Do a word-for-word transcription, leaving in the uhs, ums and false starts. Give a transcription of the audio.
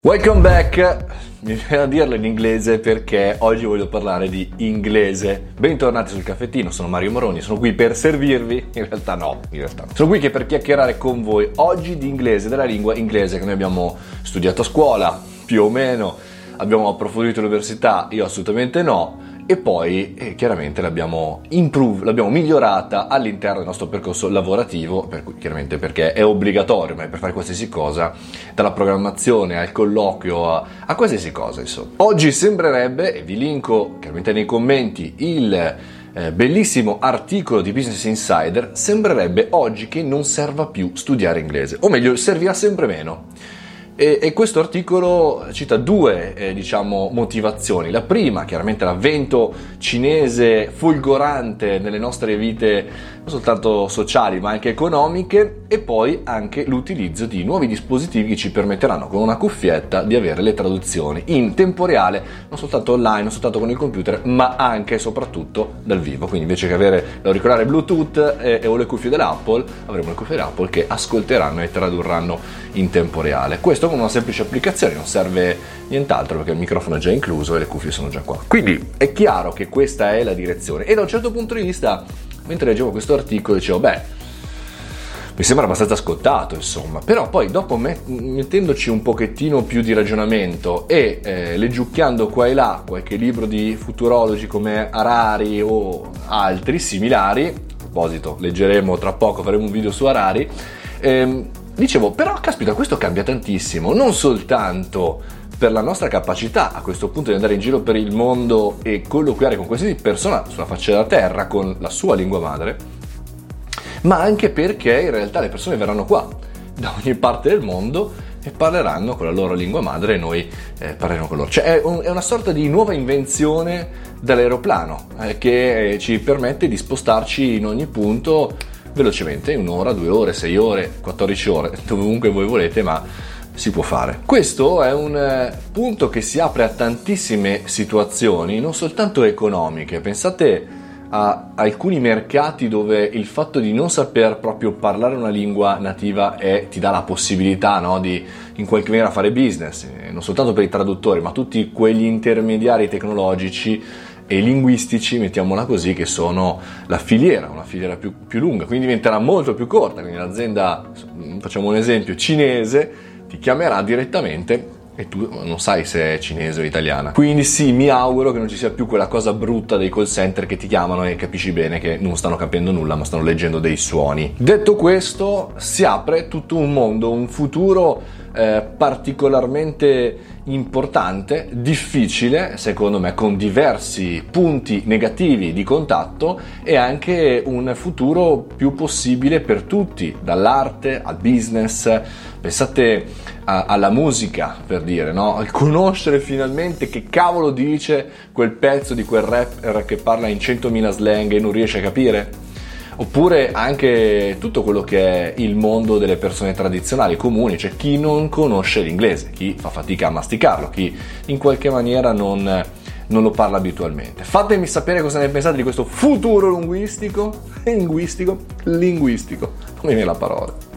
Welcome back, mi viene a dirlo in inglese perché oggi voglio parlare di inglese. Bentornati sul caffettino, sono Mario Moroni, sono qui per servirvi, in realtà no, in realtà sono qui che per chiacchierare con voi oggi di inglese, della lingua inglese che noi abbiamo studiato a scuola, più o meno, abbiamo approfondito all'università, io assolutamente no, e poi eh, chiaramente l'abbiamo improve, l'abbiamo migliorata all'interno del nostro percorso lavorativo, per cui, chiaramente perché è obbligatorio, ma per fare qualsiasi cosa, dalla programmazione al colloquio a, a qualsiasi cosa, insomma. Oggi sembrerebbe, e vi linko chiaramente nei commenti, il eh, bellissimo articolo di Business Insider, sembrerebbe oggi che non serva più studiare inglese, o meglio, servirà sempre meno. E, e questo articolo cita due eh, diciamo motivazioni. La prima, chiaramente, l'avvento cinese folgorante nelle nostre vite non soltanto sociali ma anche economiche, e poi anche l'utilizzo di nuovi dispositivi che ci permetteranno con una cuffietta di avere le traduzioni in tempo reale, non soltanto online, non soltanto con il computer, ma anche e soprattutto dal vivo. Quindi invece che avere l'auricolare Bluetooth e, e o le cuffie dell'Apple, avremo le cuffie dell'Apple che ascolteranno e tradurranno in tempo reale. Questo con una semplice applicazione, non serve nient'altro perché il microfono è già incluso e le cuffie sono già qua. Quindi è chiaro che questa è la direzione, e da un certo punto di vista, mentre leggevo questo articolo, dicevo beh, mi sembra abbastanza scontato, insomma, però poi dopo met- mettendoci un pochettino più di ragionamento e eh, leggiucchiando qua e là qualche libro di futurologi come Harari o altri similari, a proposito, leggeremo tra poco, faremo un video su Harari, ehm, dicevo, però caspita, questo cambia tantissimo, non soltanto per la nostra capacità a questo punto di andare in giro per il mondo e colloquiare con qualsiasi persona sulla faccia della terra con la sua lingua madre, ma anche perché in realtà le persone verranno qua da ogni parte del mondo e parleranno con la loro lingua madre e noi eh, parleremo con loro. Cioè è, un, è una sorta di nuova invenzione dell'aeroplano eh, che ci permette di spostarci in ogni punto velocemente, in un'ora, due ore, sei ore, quattordici ore, dovunque voi volete, ma si può fare. Questo è un eh, punto che si apre a tantissime situazioni, non soltanto economiche. Pensate a alcuni mercati dove il fatto di non saper proprio parlare una lingua nativa è, ti dà la possibilità, no, di in qualche maniera fare business, eh, non soltanto per i traduttori, ma tutti quegli intermediari tecnologici e linguistici, mettiamola così, che sono la filiera, una filiera più, più lunga, quindi diventerà molto più corta. Quindi l'azienda, facciamo un esempio, cinese, ti chiamerà direttamente e tu non sai se è cinese o italiana. Quindi sì, mi auguro che non ci sia più quella cosa brutta dei call center che ti chiamano e capisci bene che non stanno capendo nulla ma stanno leggendo dei suoni. Detto questo, si apre tutto un mondo, un futuro eh, particolarmente importante, difficile secondo me, con diversi punti negativi di contatto, e anche un futuro più possibile per tutti, dall'arte al business. Pensate a, alla musica, per dire, no? Al conoscere finalmente che cavolo dice quel pezzo di quel rapper che parla in centomila slang e non riesce a capire. Oppure anche tutto quello che è il mondo delle persone tradizionali, comuni, cioè chi non conosce l'inglese, chi fa fatica a masticarlo, chi in qualche maniera non, non lo parla abitualmente. Fatemi sapere cosa ne pensate di questo futuro linguistico, linguistico, linguistico, non mi viene la parola.